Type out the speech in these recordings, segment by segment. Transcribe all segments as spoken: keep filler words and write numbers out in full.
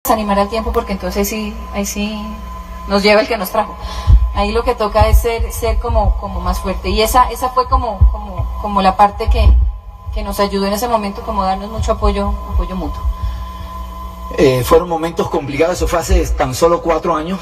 desanimar al tiempo, porque entonces sí, ahí sí nos lleva el que nos trajo. Ahí lo que toca es ser, ser como, como más fuerte. Y esa, esa fue como, como, como la parte que, que nos ayudó en ese momento, como darnos mucho apoyo, apoyo mutuo. Eh, fueron momentos complicados, eso fue hace tan solo cuatro años.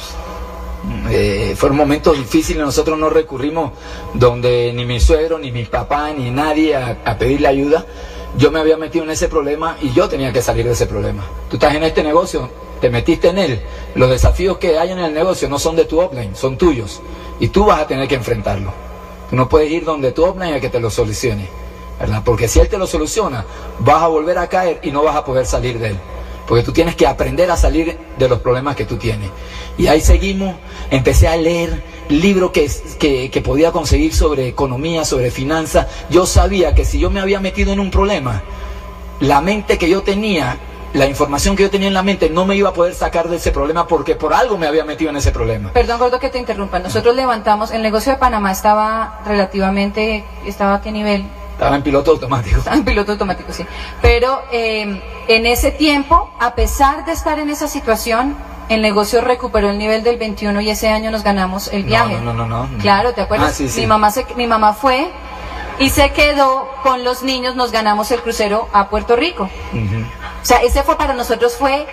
Eh, fueron momentos difíciles, nosotros no recurrimos donde ni mi suegro, ni mi papá, ni nadie a, a pedirle ayuda. Yo me había metido en ese problema y yo tenía que salir de ese problema. Tú estás en este negocio, te metiste en él, los desafíos que hay en el negocio no son de tu upline, son tuyos, y tú vas a tener que enfrentarlo. Tú no puedes ir donde tu upline a que te lo solucione, ¿verdad? Porque si él te lo soluciona, vas a volver a caer y no vas a poder salir de él. Porque tú tienes que aprender a salir de los problemas que tú tienes. Y ahí seguimos, empecé a leer libros que, que, que podía conseguir sobre economía, sobre finanzas. Yo sabía que si yo me había metido en un problema, la mente que yo tenía, la información que yo tenía en la mente, no me iba a poder sacar de ese problema porque por algo me había metido en ese problema. Perdón, gordo, que te interrumpa. Nosotros levantamos, el negocio de Panamá estaba relativamente, ¿estaba a qué nivel? Estaba en piloto automático. Estaba en piloto automático, sí. Pero eh, en ese tiempo, a pesar de estar en esa situación, el negocio recuperó el nivel del veintiuno y ese año nos ganamos el viaje. No, no, no, no. Claro, ¿te acuerdas? Ah, sí, sí. Mi mamá se, mi mamá fue y se quedó con los niños, nos ganamos el crucero a Puerto Rico. Uh-huh. O sea, ese fue para nosotros fue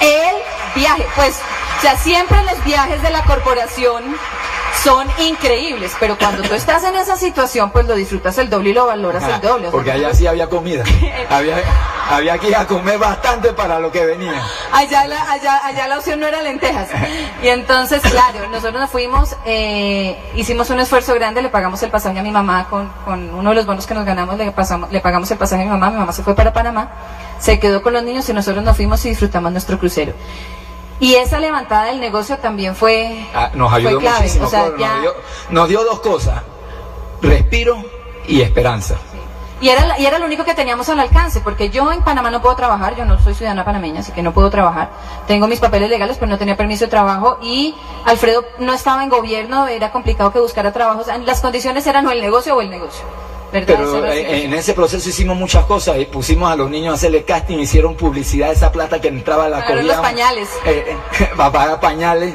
el viaje. Pues, o sea, siempre los viajes de la corporación son increíbles, pero cuando tú estás en esa situación, pues lo disfrutas el doble y lo valoras el doble. O sea, porque allá sí había comida, había, había que ir a comer bastante para lo que venía. Allá la, allá, allá la opción no era lentejas. Y entonces, claro, nosotros nos fuimos, eh, hicimos un esfuerzo grande, le pagamos el pasaje a mi mamá con, con uno de los bonos que nos ganamos, le, pasamos, le pagamos el pasaje a mi mamá, mi mamá se fue para Panamá, se quedó con los niños y nosotros nos fuimos y disfrutamos nuestro crucero. Y esa levantada del negocio también fue, ah, nos ayudó fue clave. muchísimo. O sea, claro, ya... nos, dio, nos dio dos cosas, respiro y esperanza. Sí. Y era, y era lo único que teníamos al alcance, porque yo en Panamá no puedo trabajar, yo no soy ciudadana panameña, así que no puedo trabajar. Tengo mis papeles legales, pero no tenía permiso de trabajo, y Alfredo no estaba en gobierno, era complicado que buscara trabajo. O sea, las condiciones eran o el negocio o el negocio. ¿Verdad? Pero en ese proceso hicimos muchas cosas, y pusimos a los niños a hacerle casting, hicieron publicidad, esa plata que entraba a la cogíamos. Los pañales. Eh, para pagar pañales,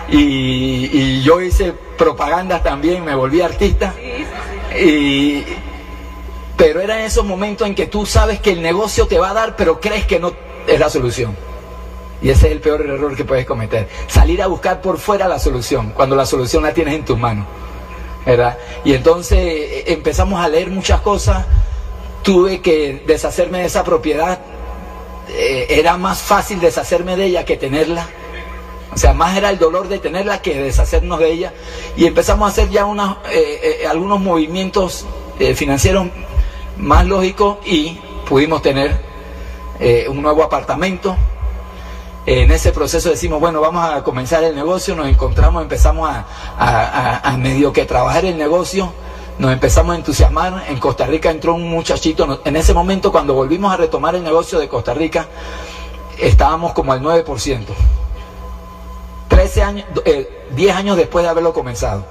y, y yo hice propaganda también, me volví artista. Sí, sí, sí. Y, pero era en esos momentos en que tú sabes que el negocio te va a dar, pero crees que no es la solución. Y ese es el peor error que puedes cometer, salir a buscar por fuera la solución, cuando la solución la tienes en tus manos, ¿verdad? Y entonces empezamos a leer muchas cosas, tuve que deshacerme de esa propiedad, eh, era más fácil deshacerme de ella que tenerla, o sea, más era el dolor de tenerla que deshacernos de ella, y empezamos a hacer ya unas, eh, eh, algunos movimientos eh, financieros más lógicos, y pudimos tener eh, un nuevo apartamento. En ese proceso decimos, bueno, vamos a comenzar el negocio, nos encontramos, empezamos a, a, a, a medio que trabajar el negocio, nos empezamos a entusiasmar. En Costa Rica entró un muchachito, en ese momento cuando volvimos a retomar el negocio de Costa Rica, estábamos como al nueve por ciento, trece años, eh, diez años después de haberlo comenzado.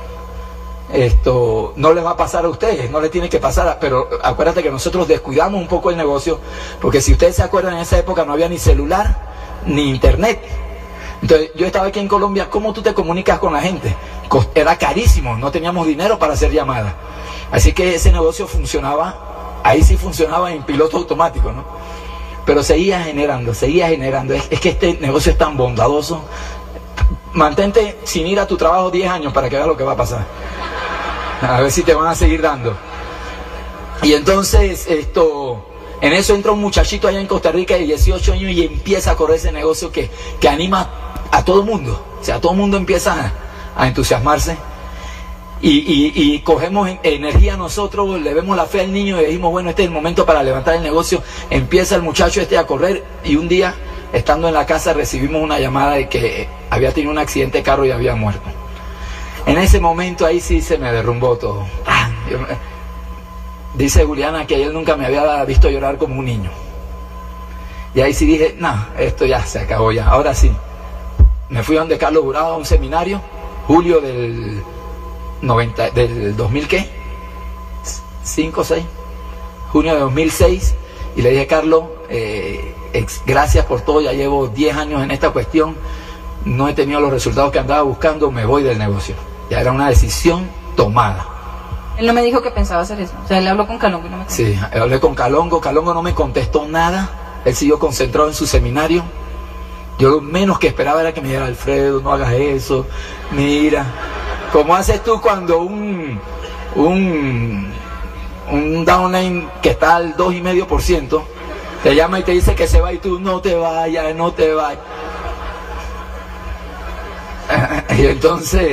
Esto no les va a pasar a ustedes, no les tiene que pasar, pero acuérdate que nosotros descuidamos un poco el negocio, porque si ustedes se acuerdan, en esa época no había ni celular ni internet. Entonces yo estaba aquí en Colombia, ¿cómo tú te comunicas con la gente? Era carísimo, no teníamos dinero para hacer llamadas, así que ese negocio funcionaba, ahí sí funcionaba en piloto automático, ¿no? Pero seguía generando, seguía generando. Es, es que este negocio es tan bondadoso. Mantente sin ir a tu trabajo diez años para que veas lo que va a pasar, a ver si te van a seguir dando. Y entonces esto, en eso entra un muchachito allá en Costa Rica de dieciocho años y empieza a correr ese negocio que, que anima a todo el mundo. O sea, todo el mundo empieza a, a entusiasmarse. Y, y, y cogemos energía nosotros, le vemos la fe al niño y decimos, bueno, este es el momento para levantar el negocio. Empieza el muchacho este a correr, y un día, estando en la casa, recibimos una llamada de que había tenido un accidente de carro y había muerto. En ese momento ahí sí se me derrumbó todo. Yo, dice Juliana que él nunca me había visto llorar como un niño. Y ahí sí dije, no, esto ya se acabó ya, ahora sí. Me fui a donde Carlos Jurado a un seminario, julio del noventa, del dos mil, ¿qué? cinco, seis, junio de dos mil seis, y le dije, Carlos, eh, ex, gracias por todo, ya llevo diez años en esta cuestión, no he tenido los resultados que andaba buscando, me voy del negocio. Ya era una decisión tomada. Él no me dijo que pensaba hacer eso, o sea, él habló con Calongo y no me contestó. Sí, hablé con Calongo, Calongo no me contestó nada, él siguió concentrado en su seminario. Yo lo menos que esperaba era que me dijera, Alfredo, no hagas eso, mira, ¿cómo haces tú cuando un, un, un downline que está al dos coma cinco por ciento te llama y te dice que se va y tú no te vayas, no te vayas? Y entonces,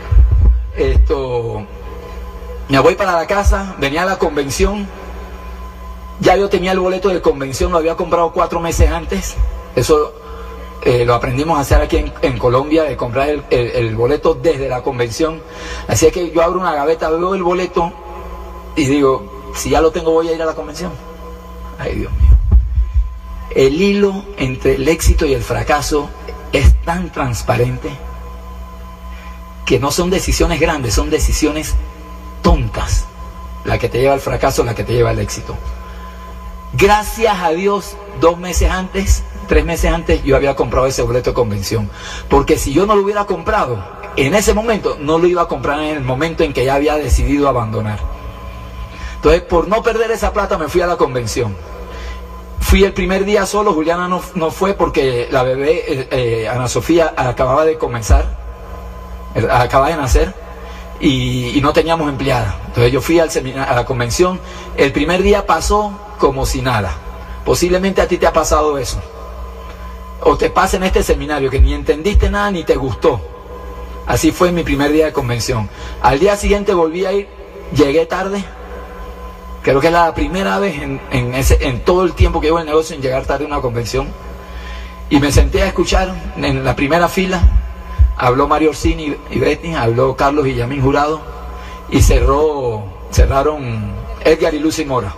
esto, me voy para la casa, venía a la convención, ya yo tenía el boleto de convención, lo había comprado cuatro meses antes, eso eh, lo aprendimos a hacer aquí en, en Colombia, de comprar el, el, el boleto desde la convención. Así es que yo abro una gaveta, veo el boleto y digo, si ya lo tengo voy a ir a la convención. Ay, Dios mío. El hilo entre el éxito y el fracaso es tan transparente que no son decisiones grandes, son decisiones tontas, la que te lleva al fracaso, la que te lleva al éxito. Gracias a Dios, dos meses antes, tres meses antes, yo había comprado ese boleto de convención, porque si yo no lo hubiera comprado en ese momento, no lo iba a comprar en el momento en que ya había decidido abandonar. Entonces, por no perder esa plata, me fui a la convención. Fui el primer día solo, Juliana no, no fue porque la bebé, eh, eh, Ana Sofía, acababa de comenzar, acaba de nacer y, y no teníamos empleada. Entonces yo fui al a la convención. El primer día pasó como si nada. Posiblemente a ti te ha pasado eso, o te pasa en este seminario que ni entendiste nada ni te gustó. Así fue mi primer día de convención. Al día siguiente volví a ir, llegué tarde. Creo que es la primera vez en, en, ese, en todo el tiempo que llevo en el negocio en llegar tarde a una convención. Y me senté a escuchar en la primera fila. Habló Mario Orsini y Betty, habló Carlos y Yamín Jurado, y cerró, cerraron Edgar y Lucy Mora.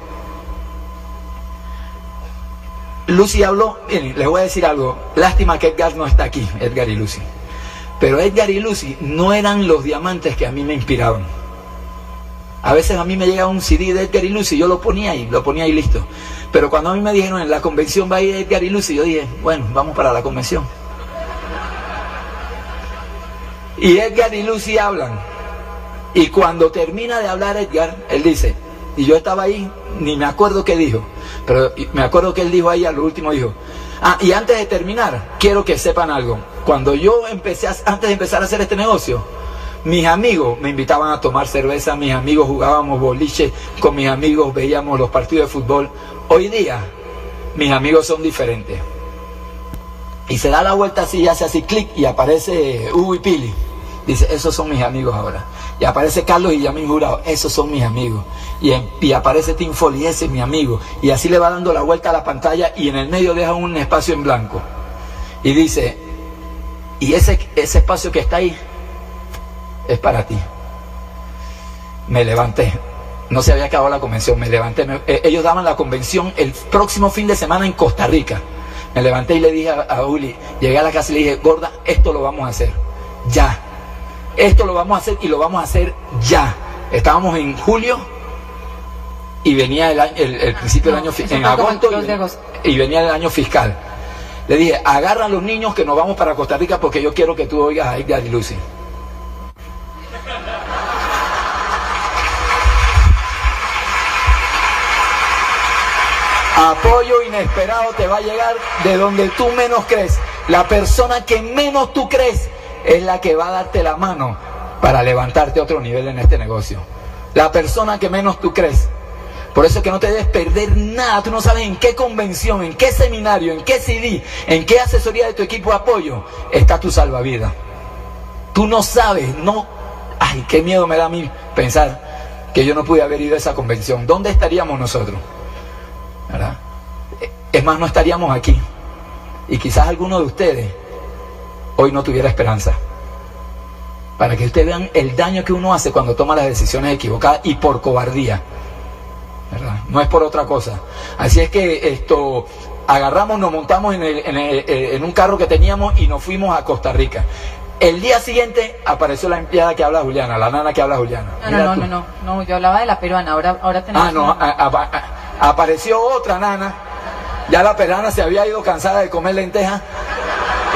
Lucy habló, miren, les voy a decir algo, lástima que Edgar no está aquí, Edgar y Lucy. Pero Edgar y Lucy no eran los diamantes que a mí me inspiraban. A veces a mí me llega un C D de Edgar y Lucy, yo lo ponía ahí, lo ponía ahí listo. Pero cuando a mí me dijeron en la convención va a ir Edgar y Lucy, yo dije, bueno, vamos para la convención. Y Edgar y Lucy hablan, y cuando termina de hablar Edgar, él dice, y yo estaba ahí, ni me acuerdo qué dijo, pero me acuerdo que él dijo ahí, al último dijo, ah, y antes de terminar, quiero que sepan algo, cuando yo empecé, a, antes de empezar a hacer este negocio, mis amigos me invitaban a tomar cerveza, mis amigos jugábamos boliche, con mis amigos veíamos los partidos de fútbol. Hoy día, mis amigos son diferentes. Y se da la vuelta así, y hace así, clic, y aparece Hugo y Pili. Dice, esos son mis amigos ahora. Y aparece Carlos y Yamín Jurado, esos son mis amigos. Y, en, y aparece Tim Foley, ese es mi amigo. Y así le va dando la vuelta a la pantalla y en el medio deja un espacio en blanco. Y dice, y ese, ese espacio que está ahí es para ti. Me levanté. No se había acabado la convención, me levanté. Me, eh, ellos daban la convención el próximo fin de semana en Costa Rica. Me levanté y le dije a, a Uli, llegué a la casa y le dije, gorda, esto lo vamos a hacer ya. Esto lo vamos a hacer y lo vamos a hacer ya. Estábamos en julio y venía el, año, el, el principio no, del año fiscal, en agosto, y, agosto y venía el año fiscal. Le dije, agarra a los niños que nos vamos para Costa Rica porque yo quiero que tú oigas a Edgar y Lucy. Apoyo inesperado te va a llegar de donde tú menos crees. La persona que menos tú crees es la que va a darte la mano para levantarte a otro nivel en este negocio. La persona que menos tú crees. Por eso es que no te debes perder nada. Tú no sabes en qué convención, en qué seminario, en qué C D, en qué asesoría de tu equipo de apoyo está tu salvavidas. Tú no sabes, no. Ay, qué miedo me da a mí pensar que yo no pude haber ido a esa convención. ¿Dónde estaríamos nosotros? ¿Verdad? Es más, no estaríamos aquí. Y quizás alguno de ustedes hoy no tuviera esperanza. Para que ustedes vean el daño que uno hace cuando toma las decisiones equivocadas y por cobardía, ¿verdad? No es por otra cosa. Así es que esto, agarramos, nos montamos en, el, en, el, en un carro que teníamos y nos fuimos a Costa Rica. El día siguiente apareció la empleada que habla Juliana, la nana que habla Juliana. No, no, no, no, no, no, yo hablaba de la peruana, ahora, ahora tenemos... Ah, no, a, a, a, apareció otra nana Ya la perana se había ido cansada de comer lentejas y,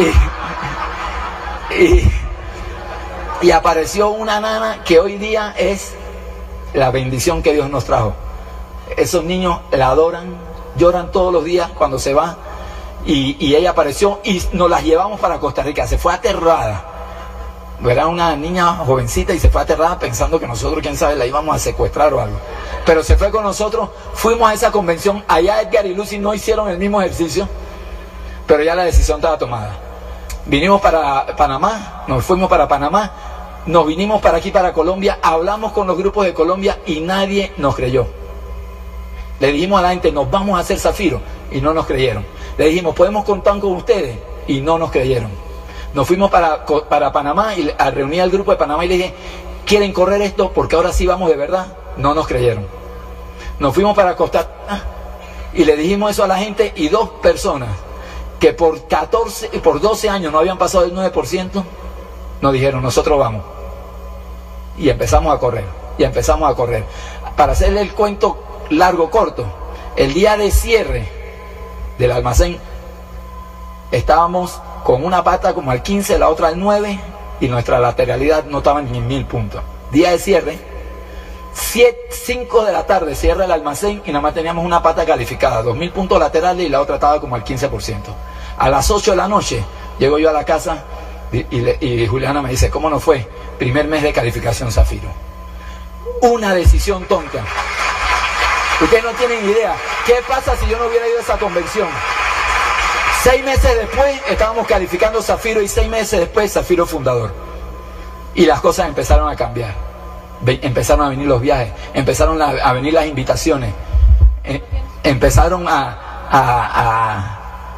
y, y, y apareció una nana que hoy día es la bendición que Dios nos trajo. Esos niños la adoran, lloran todos los días cuando se va, y, y ella apareció y nos las llevamos para Costa Rica. Se fue aterrada. Era una niña jovencita y se fue aterrada pensando que nosotros, quién sabe, la íbamos a secuestrar o algo. Pero se fue con nosotros, fuimos a esa convención. Allá Edgar y Lucy no hicieron el mismo ejercicio, pero ya la decisión estaba tomada. Vinimos para Panamá, nos fuimos para Panamá, nos vinimos para aquí, para Colombia, hablamos con los grupos de Colombia y nadie nos creyó. Le dijimos a la gente, nos vamos a hacer Zafiro, y no nos creyeron. Le dijimos, podemos contar con ustedes, y no nos creyeron. Nos fuimos para, para Panamá y a reunir al grupo de Panamá y le dije, ¿quieren correr esto? Porque ahora sí vamos de verdad. No nos creyeron. Nos fuimos para Costa Rica y le dijimos eso a la gente, y dos personas que por catorce, por doce años no habían pasado el nueve por ciento, nos dijeron, nosotros vamos. Y empezamos a correr, y empezamos a correr. Para hacerle el cuento largo, corto, el día de cierre del almacén, estábamos con una pata como al quince, la otra al nueve, y nuestra lateralidad no estaba ni en mil puntos. Día de cierre, cinco de la tarde, cierra el almacén y nada más teníamos una pata calificada, dos mil puntos laterales, y la otra estaba como al quince por ciento. A las ocho de la noche, llego yo a la casa y, y, y Juliana me dice, ¿cómo nos fue? Primer mes de calificación Zafiro. Una decisión tonta. Ustedes no tienen idea. ¿Qué pasa si yo no hubiera ido a esa convención? Seis meses después estábamos calificando Zafiro, y seis meses después Zafiro fundador. Y las cosas empezaron a cambiar. Empezaron a venir los viajes, empezaron a, a venir las invitaciones, eh, empezaron a, a, a...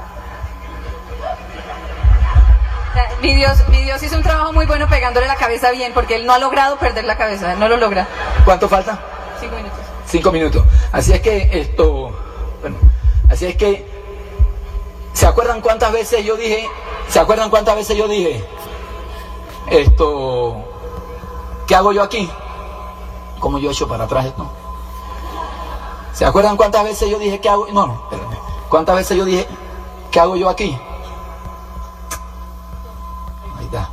Mi Dios, mi Dios hizo un trabajo muy bueno pegándole la cabeza bien, porque él no ha logrado perder la cabeza, no lo logra. ¿Cuánto falta? Cinco minutos. Cinco minutos. Así es que esto, bueno, así es que, ¿se acuerdan cuántas veces yo dije, ¿se acuerdan cuántas veces yo dije, esto, ¿qué hago yo aquí? ¿Cómo yo echo para atrás esto? ¿Se acuerdan cuántas veces yo dije, ¿qué hago? No, no, espérenme. ¿Cuántas veces yo dije, ¿qué hago yo aquí? Ahí está.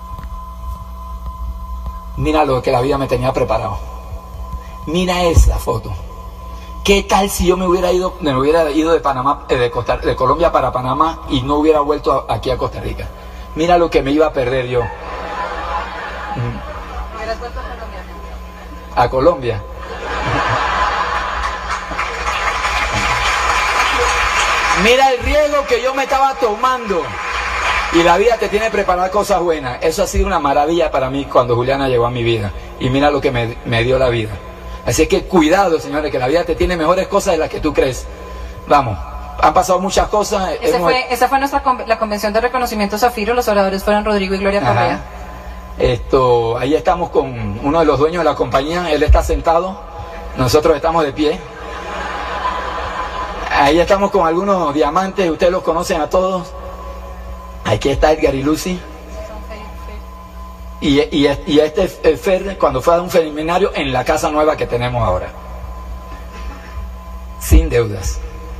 Mira lo que la vida me tenía preparado. Mira esa foto. ¿Qué tal si yo me hubiera ido, me hubiera ido de Panamá, de, Costa, de Colombia para Panamá y no hubiera vuelto a, aquí a Costa Rica? Mira lo que me iba a perder yo. ¿Hubieras vuelto a Colombia? A Colombia. Mira el riesgo que yo me estaba tomando. Y la vida te tiene preparadas cosas buenas. Eso ha sido una maravilla para mí cuando Juliana llegó a mi vida. Y mira lo que me, me dio la vida. Así que cuidado, señores, que la vida te tiene mejores cosas de las que tú crees. Vamos, han pasado muchas cosas. Ese hemos... fue, esa fue nuestra la convención de reconocimiento Zafiro. Los oradores fueron Rodrigo y Gloria Correa. Esto, ahí estamos con uno de los dueños de la compañía. Él está sentado, nosotros estamos de pie. Ahí estamos con algunos diamantes, ustedes los conocen a todos. Aquí está Edgar y Lucy. Y, y, y este Fer, cuando fue a un seminario en la casa nueva que tenemos ahora. Sin deudas.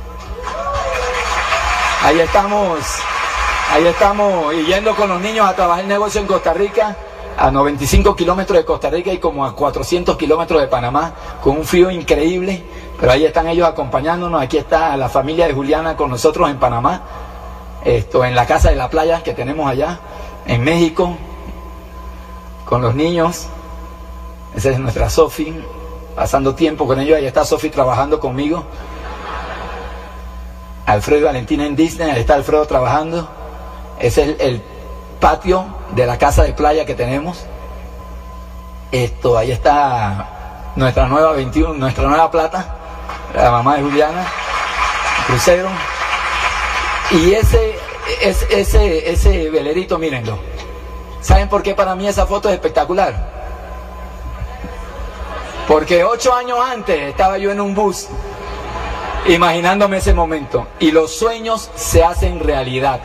Ahí estamos, ahí estamos y yendo con los niños a trabajar el negocio en Costa Rica, a noventa y cinco kilómetros de Costa Rica y como a cuatrocientos kilómetros de Panamá, con un frío increíble, pero ahí están ellos acompañándonos. Aquí está la familia de Juliana con nosotros en Panamá, esto en la casa de la playa que tenemos allá, en México, con los niños. Esa es nuestra Sofi, pasando tiempo con ellos. Ahí está Sofi trabajando conmigo. Alfredo y Valentina en Disney, ahí está Alfredo trabajando. Ese es el, el patio de la casa de playa que tenemos. Esto, ahí está nuestra nueva veintiuno, nuestra nueva plata, la mamá de Juliana, crucero. Y ese, ese, ese, ese velerito, mírenlo. ¿Saben por qué para mí esa foto es espectacular? Porque ocho años antes estaba yo en un bus imaginándome ese momento, y los sueños se hacen realidad.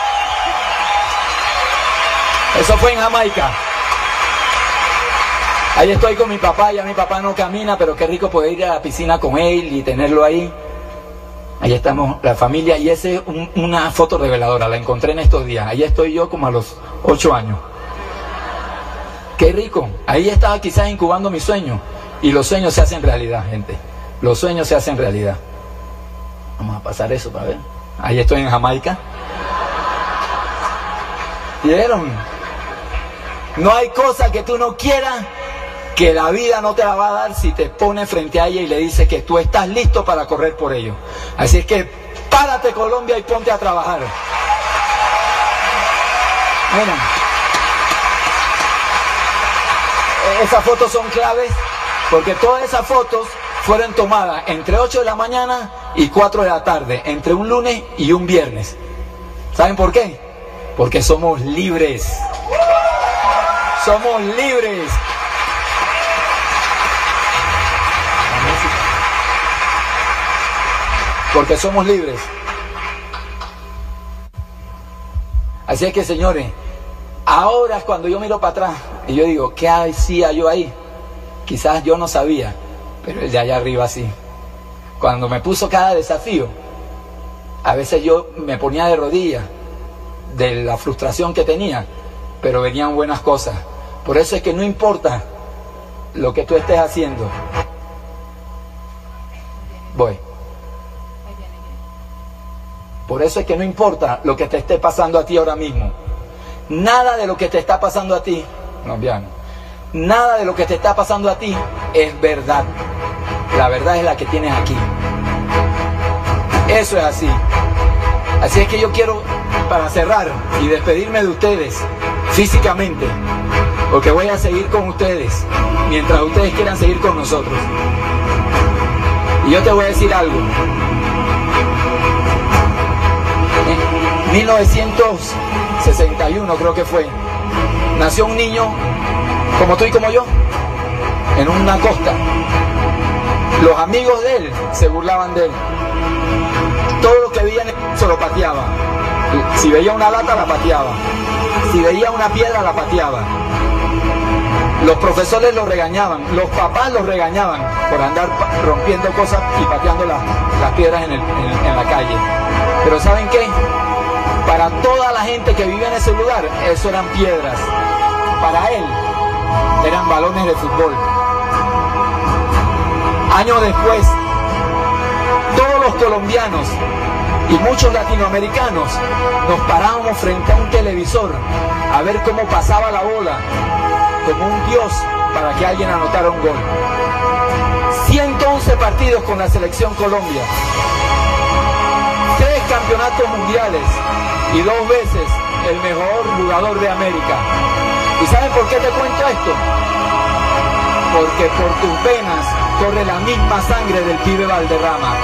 Eso fue en Jamaica. Ahí estoy con mi papá, ya mi papá no camina, pero qué rico poder ir a la piscina con él y tenerlo ahí. Ahí estamos, la familia, y esa es un, una foto reveladora, la encontré en estos días. Ahí estoy yo como a los ocho años. Qué rico, ahí estaba quizás incubando mi sueño. Y los sueños se hacen realidad, gente. Los sueños se hacen realidad. Vamos a pasar eso para ver. Ahí estoy en Jamaica. ¿Vieron? No hay cosa que tú no quieras que la vida no te la va a dar si te pones frente a ella y le dices que tú estás listo para correr por ello. Así es que párate, Colombia, y ponte a trabajar. Miren, esas fotos son claves porque todas esas fotos fueron tomadas entre ocho de la mañana y cuatro de la tarde, entre un lunes y un viernes. ¿Saben por qué? Porque somos libres. Somos libres. Porque somos libres. Así es que, señores, ahora es cuando yo miro para atrás y yo digo, ¿qué hacía yo ahí? Quizás yo no sabía, pero el de allá arriba sí. Cuando me puso cada desafío, a veces yo me ponía de rodillas de la frustración que tenía, pero venían buenas cosas. Por eso es que no importa lo que tú estés haciendo. Voy. Por eso es que no importa lo que te esté pasando a ti ahora mismo. Nada de lo que te está pasando a ti, no, bien, nada de lo que te está pasando a ti es verdad. La verdad es la que tienes aquí. Eso es así. Así es que yo quiero, para cerrar y despedirme de ustedes físicamente, porque voy a seguir con ustedes mientras ustedes quieran seguir con nosotros. Y yo te voy a decir algo. En mil novecientos sesenta y uno creo que fue, nació un niño como tú y como yo, en una costa. Los amigos de él se burlaban de él. Todo lo que veían se lo pateaba. Si veía una lata, la pateaba. Si veía una piedra, la pateaba. Los profesores lo regañaban, los papás lo regañaban por andar rompiendo cosas y pateando las, las piedras en, el, en, en la calle. Pero ¿saben qué? Para toda la gente que vivía en ese lugar, eso eran piedras. Para él, eran balones de fútbol. Años después, todos los colombianos y muchos latinoamericanos nos parábamos frente a un televisor a ver cómo pasaba la bola como un dios para que alguien anotara un gol. ciento once partidos con la selección Colombia, tres campeonatos mundiales y dos veces el mejor jugador de América. ¿Y saben por qué te cuento esto? Porque por tus venas corre la misma sangre del pibe Valderrama.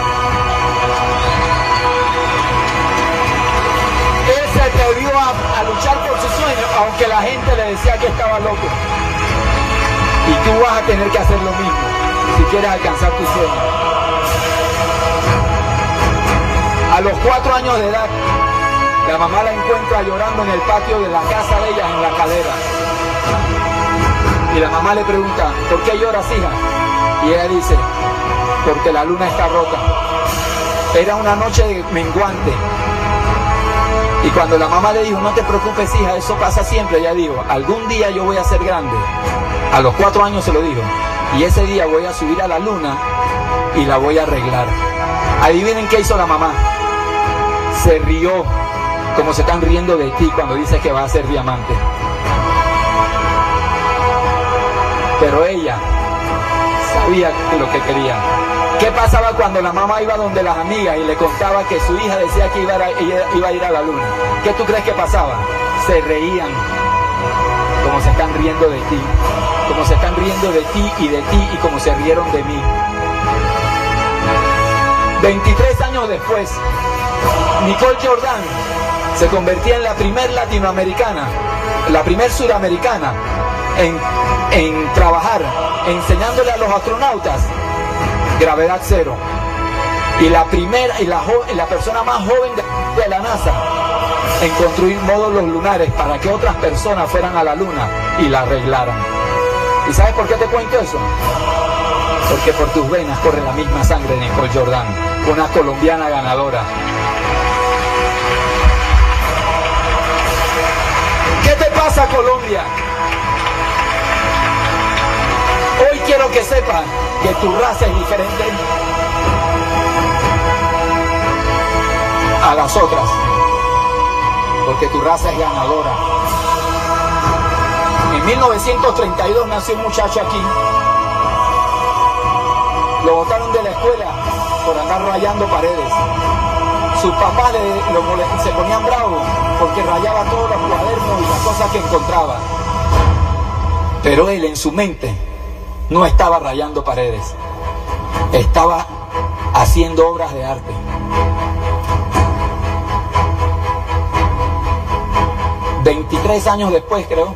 Él se atrevió a, a luchar por su sueño, aunque la gente le decía que estaba loco. Y tú vas a tener que hacer lo mismo si quieres alcanzar tu sueño. A los cuatro años de edad, la mamá la encuentra llorando en el patio de la casa de ella, en la cadera. Y la mamá le pregunta, ¿por qué lloras, hija? Y ella dice, porque la luna está rota. Era una noche de menguante. Y cuando la mamá le dijo, no te preocupes, hija, eso pasa siempre, ella dijo, algún día yo voy a ser grande. A los cuatro años se lo dijo. Y ese día voy a subir a la luna y la voy a arreglar. Adivinen qué hizo la mamá. Se rió, como se están riendo de ti cuando dices que vas a ser diamante. Pero ella sabía lo que quería. ¿Qué pasaba cuando la mamá iba donde las amigas y le contaba que su hija decía que iba a, ella iba a ir a la luna? ¿Qué tú crees que pasaba? Se reían, como se están riendo de ti, como se están riendo de ti y de ti y como se rieron de mí. veintitrés años después, Nicole Jordan se convertía en la primer latinoamericana, la primer suramericana en, en trabajar, enseñándole a los astronautas gravedad cero. Y la primera y la, la persona más joven de, de la NASA en construir módulos lunares para que otras personas fueran a la luna y la arreglaran. ¿Y sabes por qué te cuento eso? Porque por tus venas corre la misma sangre de Nicole Jordan, una colombiana ganadora. ¿Qué te pasa, Colombia? Hoy quiero que sepas que tu raza es diferente a las otras, porque tu raza es ganadora. En mil novecientos treinta y dos nació un muchacho aquí. Lo botaron de la escuela por andar rayando paredes. Sus papás le, lo, se ponían bravos porque rayaba todos los cuadernos y las cosas que encontraba. Pero él en su mente no estaba rayando paredes, estaba haciendo obras de arte. veintitrés años después, creo,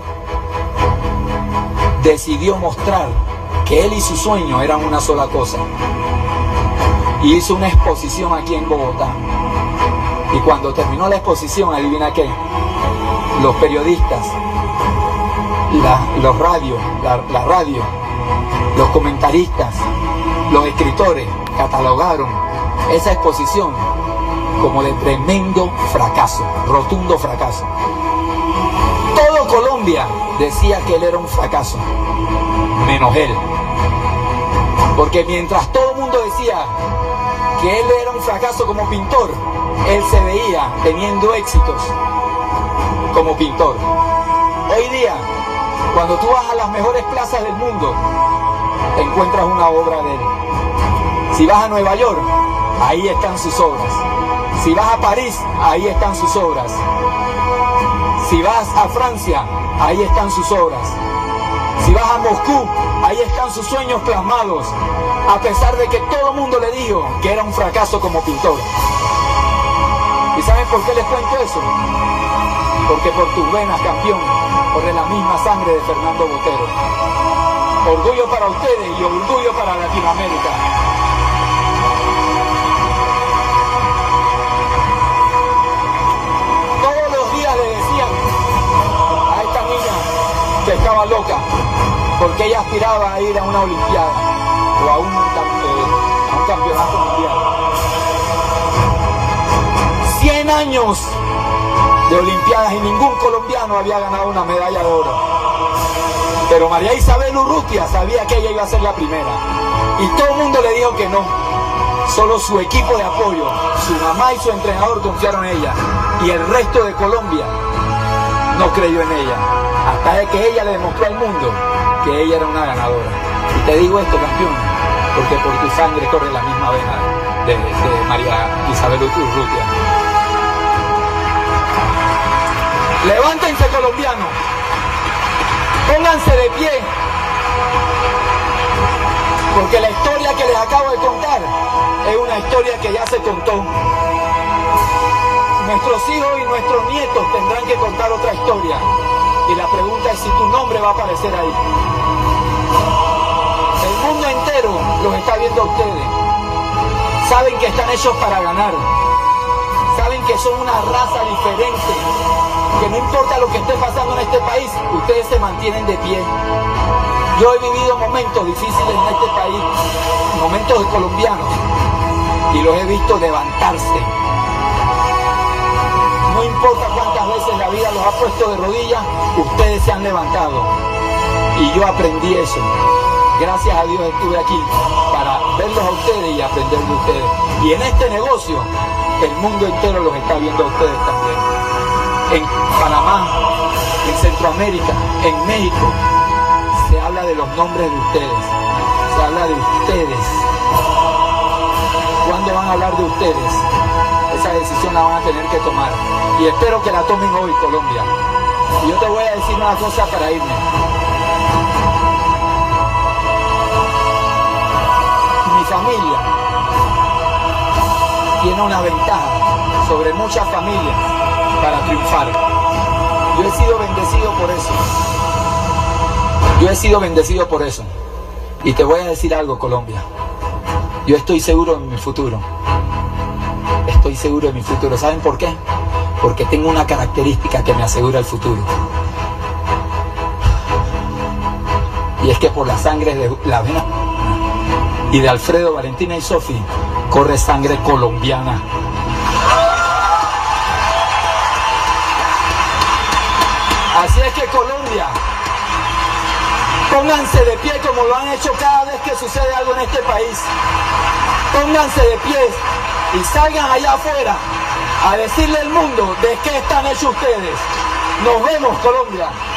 decidió mostrar que él y su sueño eran una sola cosa. Y hizo una exposición aquí en Bogotá. Y cuando terminó la exposición, adivina qué, los periodistas, la, los radios, la, la radio, los comentaristas, los escritores catalogaron esa exposición como de tremendo fracaso, rotundo fracaso. Todo Colombia decía que él era un fracaso, menos él. Porque mientras todo el mundo decía que él era un fracaso como pintor, él se veía teniendo éxitos como pintor. Hoy día, cuando tú vas a las mejores plazas del mundo, te encuentras una obra de él. Si vas a Nueva York, ahí están sus obras. Si vas a París, ahí están sus obras. Si vas a Francia, ahí están sus obras. Si vas a Moscú, ahí están sus sueños plasmados, a pesar de que todo el mundo le dijo que era un fracaso como pintor. ¿Y saben por qué les cuento eso? Porque por tus venas, campeón, corre la misma sangre de Fernando Botero. Orgullo para ustedes y orgullo para Latinoamérica. Todos los días le decían a esta niña que estaba loca, porque ella aspiraba a ir a una olimpiada o a un, eh, a un campeonato mundial. cien años de olimpiadas y ningún colombiano había ganado una medalla de oro. Pero María Isabel Urrutia sabía que ella iba a ser la primera. Y todo el mundo le dijo que no. Solo su equipo de apoyo, su mamá y su entrenador confiaron en ella. Y el resto de Colombia no creyó en ella. Hasta que ella le demostró al mundo que ella era una ganadora. Y te digo esto, campeón, porque por tu sangre corre la misma vena de, de María Isabel Urrutia. Levántense, colombianos. Pónganse de pie. Porque la historia que les acabo de contar es una historia que ya se contó. Nuestros hijos y nuestros nietos tendrán que contar otra historia. Y la pregunta es si tu nombre va a aparecer ahí. El mundo entero los está viendo a ustedes. Saben que están hechos para ganar. Saben que son una raza diferente. Que no importa lo que esté pasando en este país, ustedes se mantienen de pie. Yo he vivido momentos difíciles en este país, momentos de colombianos, y los he visto levantarse. No importa cuántas veces la vida los ha puesto de rodillas, ustedes se han levantado. Y yo aprendí eso. Gracias a Dios estuve aquí para verlos a ustedes y aprender de ustedes. Y en este negocio, el mundo entero los está viendo a ustedes también. En Panamá, en Centroamérica, en México, se habla de los nombres de ustedes, se habla de ustedes. ¿Cuándo van a hablar de ustedes? Esa decisión la van a tener que tomar. Y espero que la tomen hoy, Colombia. Y yo te voy a decir una cosa para irme. Mi familia tiene una ventaja sobre muchas familias para triunfar. Yo he sido bendecido por eso. Yo he sido bendecido por eso. Y te voy a decir algo, Colombia. Yo estoy seguro de mi futuro. Estoy seguro de mi futuro. ¿Saben por qué? Porque tengo una característica que me asegura el futuro. Y es que por la sangre de la vena y de Alfredo, Valentina y Sofi corre sangre colombiana. Así es que Colombia, pónganse de pie como lo han hecho cada vez que sucede algo en este país. Pónganse de pie y salgan allá afuera a decirle al mundo de qué están hechos ustedes. Nos vemos, Colombia.